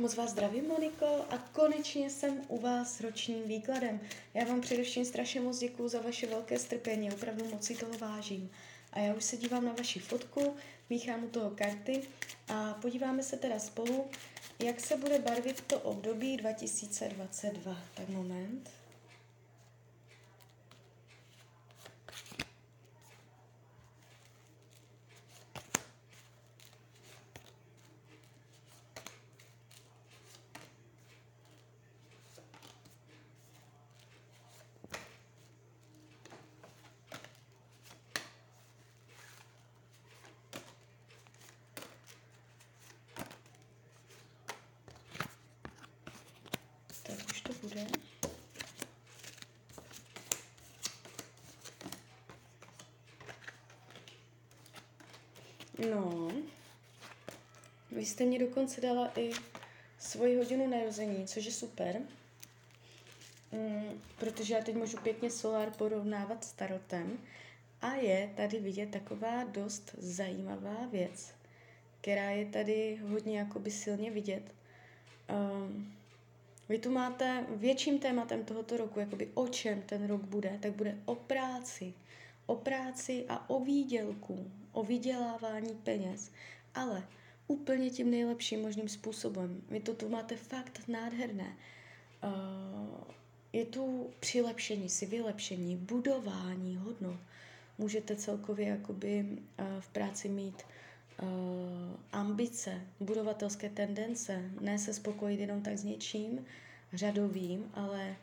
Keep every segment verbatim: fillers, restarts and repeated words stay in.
moc vás zdravím, Moniko, a konečně jsem u vás s ročním výkladem. Já vám především strašně moc děkuju za vaše velké strpení, opravdu moc si toho vážím. A já už se dívám na vaši fotku, míchám u toho karty a podíváme se teda spolu, jak se bude barvit to období dva tisíce dvacet dva. Tak moment. Tak už to bude. No, vy jste mě dokonce dala i svoji hodinu narození, což je super, mm, protože já teď můžu pěkně solár porovnávat s tarotem a je tady vidět taková dost zajímavá věc, která je tady hodně jakoby silně vidět. Um, vy tu máte větším tématem tohoto roku, jakoby o čem ten rok bude, tak bude o práci. O práci a o výdělku, o vydělávání peněz, ale úplně tím nejlepším možným způsobem. Vy to tu máte fakt nádherné. Uh, je tu přilepšení si, vylepšení, budování hodnot. Můžete celkově jakoby uh, v práci mít uh, ambice, budovatelské tendence, ne se spokojit jenom tak s něčím řadovým, ale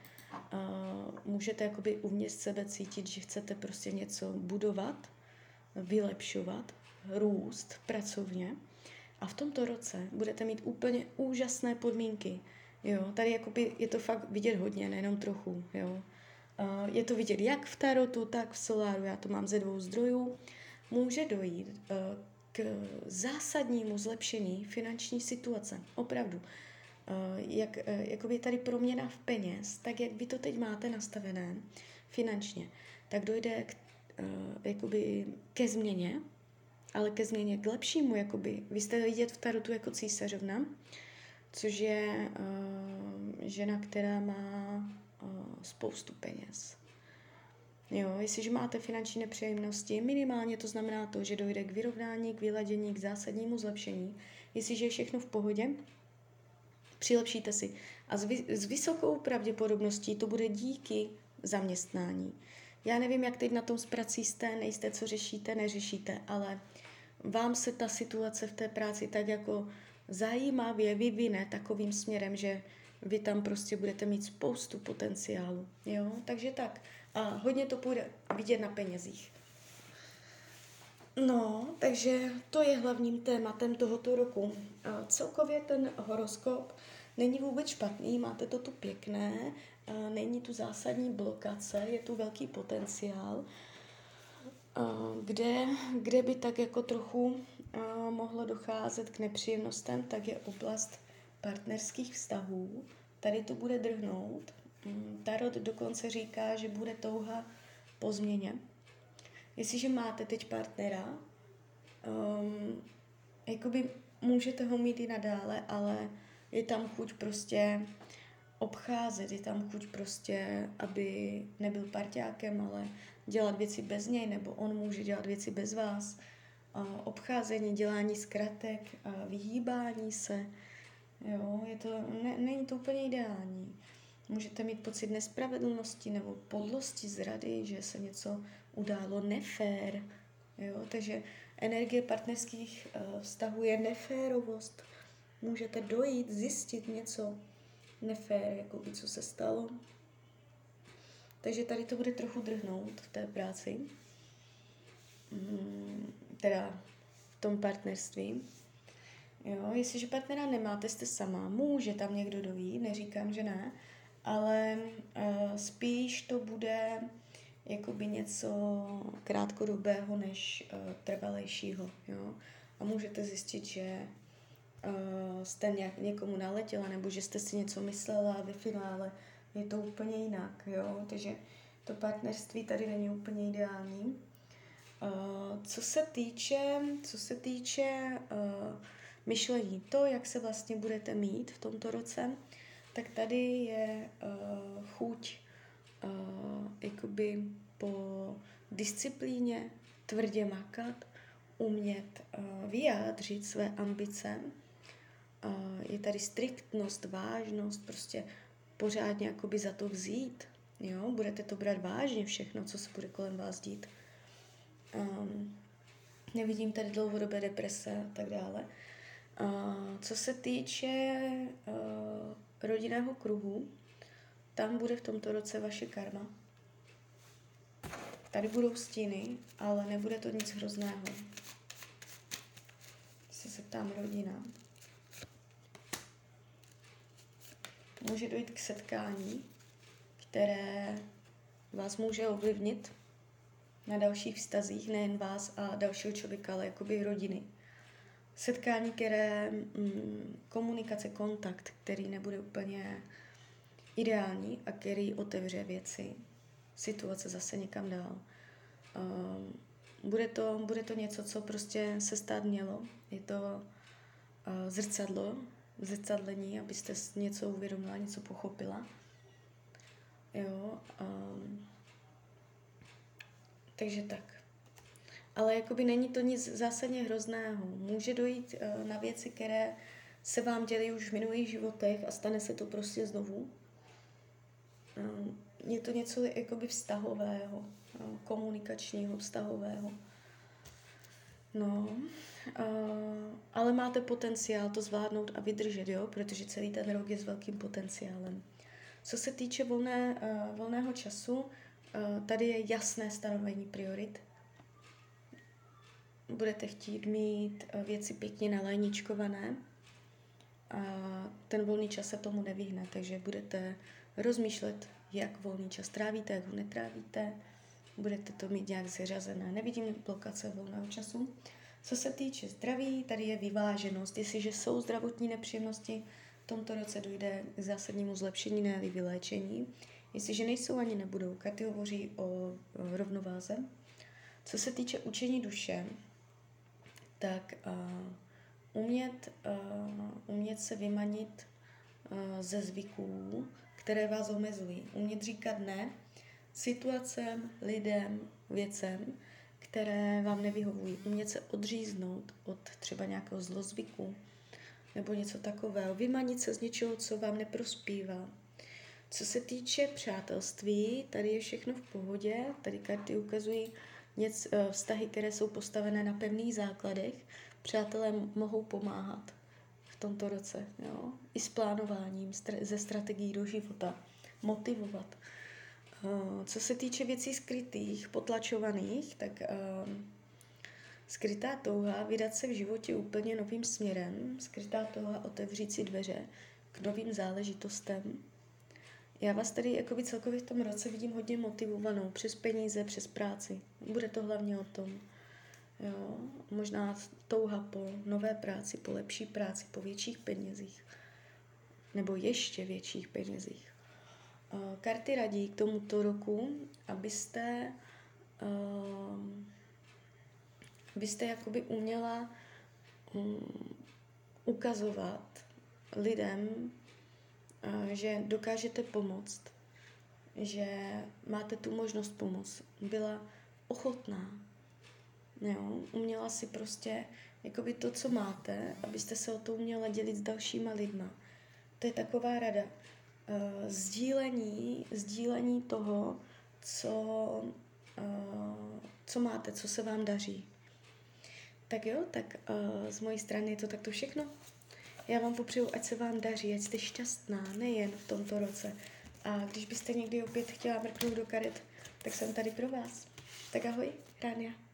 uh, můžete jakoby uvnitř sebe cítit, že chcete prostě něco budovat, vylepšovat, růst pracovně. A v tomto roce budete mít úplně úžasné podmínky. Jo, tady jakoby je to fakt vidět hodně, nejenom trochu. Jo. Uh, je to vidět jak v tarotu, tak v soláru. Já to mám ze dvou zdrojů. Může dojít uh, k zásadnímu zlepšení finanční situace. Opravdu. Uh, jak, uh, jakoby je tady proměna v peněz, tak jak vy to teď máte nastavené finančně, tak dojde k, uh, jakoby ke změně, ale ke změně k lepšímu, jakoby. Vy jste vidět v tarotu jako císařovna, což je uh, žena, která má uh, spoustu peněz. Jo, jestliže máte finanční nepříjemnosti, minimálně to znamená to, že dojde k vyrovnání, k vyladění, k zásadnímu zlepšení. Jestliže je všechno v pohodě, přilepšíte si. A s, vy, s vysokou pravděpodobností to bude díky zaměstnání. Já nevím, jak teď na tom s prací jste, nejste, co řešíte, neřešíte, ale vám se ta situace v té práci tak jako zajímavě vyvine takovým směrem, že vy tam prostě budete mít spoustu potenciálu. Jo? Takže tak. A hodně to půjde vidět na penězích. No, takže to je hlavním tématem tohoto roku. A celkově ten horoskop není vůbec špatný, máte to tu pěkné, není tu zásadní blokace, je tu velký potenciál, kde, kde by tak jako trochu mohlo docházet k nepříjemnostem, tak je oblast partnerských vztahů. Tady to bude drhnout. Tarot dokonce říká, že bude touha po změně. Jestliže máte teď partnera, um, jakoby můžete ho mít i nadále, ale je tam chuť prostě obcházet, je tam chuť prostě, aby nebyl parťákem, ale dělat věci bez něj, nebo on může dělat věci bez vás. Uh, obcházení, dělání zkratek, uh, vyhýbání se, jo, je to, ne, není to úplně ideální. Můžete mít pocit nespravedlnosti nebo podlosti, zrady, že se něco událo nefér. Jo? Takže energie partnerských uh, vztahů je neférovost. Můžete dojít, zjistit něco nefér, jakoby, co se stalo. Takže tady to bude trochu drhnout v té práci. Hmm, teda v tom partnerství. Jo? Jestliže partnera nemáte, jste sama, může tam někdo dojít, neříkám, že ne, ale uh, spíš to bude jakoby něco krátkodobého než uh, trvalejšího. Jo? A můžete zjistit, že uh, jste nějak někomu naletěla, nebo že jste si něco myslela a ve finále je to úplně jinak. Jo? Takže to partnerství tady není úplně ideální. Uh, co se týče, co se týče uh, myšlení. To, jak se vlastně budete mít v tomto roce, tak tady je uh, chuť uh, jakoby po disciplíně, tvrdě makat, umět uh, vyjádřit své ambice. Uh, je tady striktnost, vážnost, prostě pořádně jakoby za to vzít. Jo? Budete to brát vážně všechno, co se bude kolem vás dít. Um, nevidím tady dlouhodobé deprese a tak dále. Uh, co se týče uh, rodinného kruhu, tam bude v tomto roce vaše karma. Tady budou stíny, ale nebude to nic hrozného. Se zeptám rodina. Může dojít k setkání, které vás může ovlivnit na dalších vztazích, nejen vás a dalšího člověka, ale jakoby rodiny. Setkání, které mm, komunikace, kontakt, který nebude úplně ideální a který otevře věci, situace zase někam dál. Um, bude to, bude to něco, co prostě se stát mělo. Je to uh, zrcadlo, zrcadlení, abyste něco uvědomila, něco pochopila. Jo, um, takže tak. Ale jakoby není to nic zásadně hrozného. Může dojít uh, na věci, které se vám děly už v minulých životech a stane se to prostě znovu. Um, je to něco jakoby vztahového, um, komunikačního, vztahového. No, uh, ale máte potenciál to zvládnout a vydržet, jo, protože celý ten rok je s velkým potenciálem. Co se týče volné, uh, volného času, uh, tady je jasné stanovení priorit. Budete chtít mít uh, věci pěkně nalajničkované a ten volný čas se tomu nevyhne, takže budete rozmýšlet, jak volný čas trávíte, jak ho netrávíte, budete to mít nějak seřazené. Nevidím blokace volného času. Co se týče zdraví, tady je vyváženost. Jestliže jsou zdravotní nepříjemnosti, v tomto roce dojde k zásadnímu zlepšení, ne-li vyléčení. Jestliže nejsou ani nebudou, karty hovoří o, o rovnováze. Co se týče učení duše, tak uh, umět, uh, umět se vymanit uh, ze zvyků, které vás omezují. Umět říkat ne situacem, lidem, věcem, které vám nevyhovují. Umět se odříznout od třeba nějakého zlozvyku nebo něco takového. Vymanit se z něčeho, co vám neprospívá. Co se týče přátelství, tady je všechno v pohodě. Tady karty ukazují něc, vztahy, které jsou postavené na pevných základech. Přátelé mohou pomáhat v tomto roce. Jo? I s plánováním, ze strategií do života. Motivovat. Co se týče věcí skrytých, potlačovaných, tak uh, skrytá touha vydat se v životě úplně novým směrem, skrytá touha otevřít si dveře k novým záležitostem. Já vás tady jakoby celkově v tom roce vidím hodně motivovanou přes peníze, přes práci. Bude to hlavně o tom. Jo? Možná touha po nové práci, po lepší práci, po větších penězích. Nebo ještě větších penězích. Karty radí k tomuto roku, abyste, uh, abyste jakoby uměla um, ukazovat lidem, uh, že dokážete pomoct, že máte tu možnost pomoct. Byla ochotná, jo? Uměla si prostě jakoby to, co máte, abyste se o to uměla dělit s dalšíma lidma. To je taková rada. Uh, sdílení, sdílení toho, co, uh, co máte, co se vám daří. Tak jo, tak uh, z mojí strany je to takto všechno. Já vám popřeju, ať se vám daří, ať jste šťastná, nejen v tomto roce. A když byste někdy opět chtěla mrknout do karet, tak jsem tady pro vás. Tak ahoj, Ránia.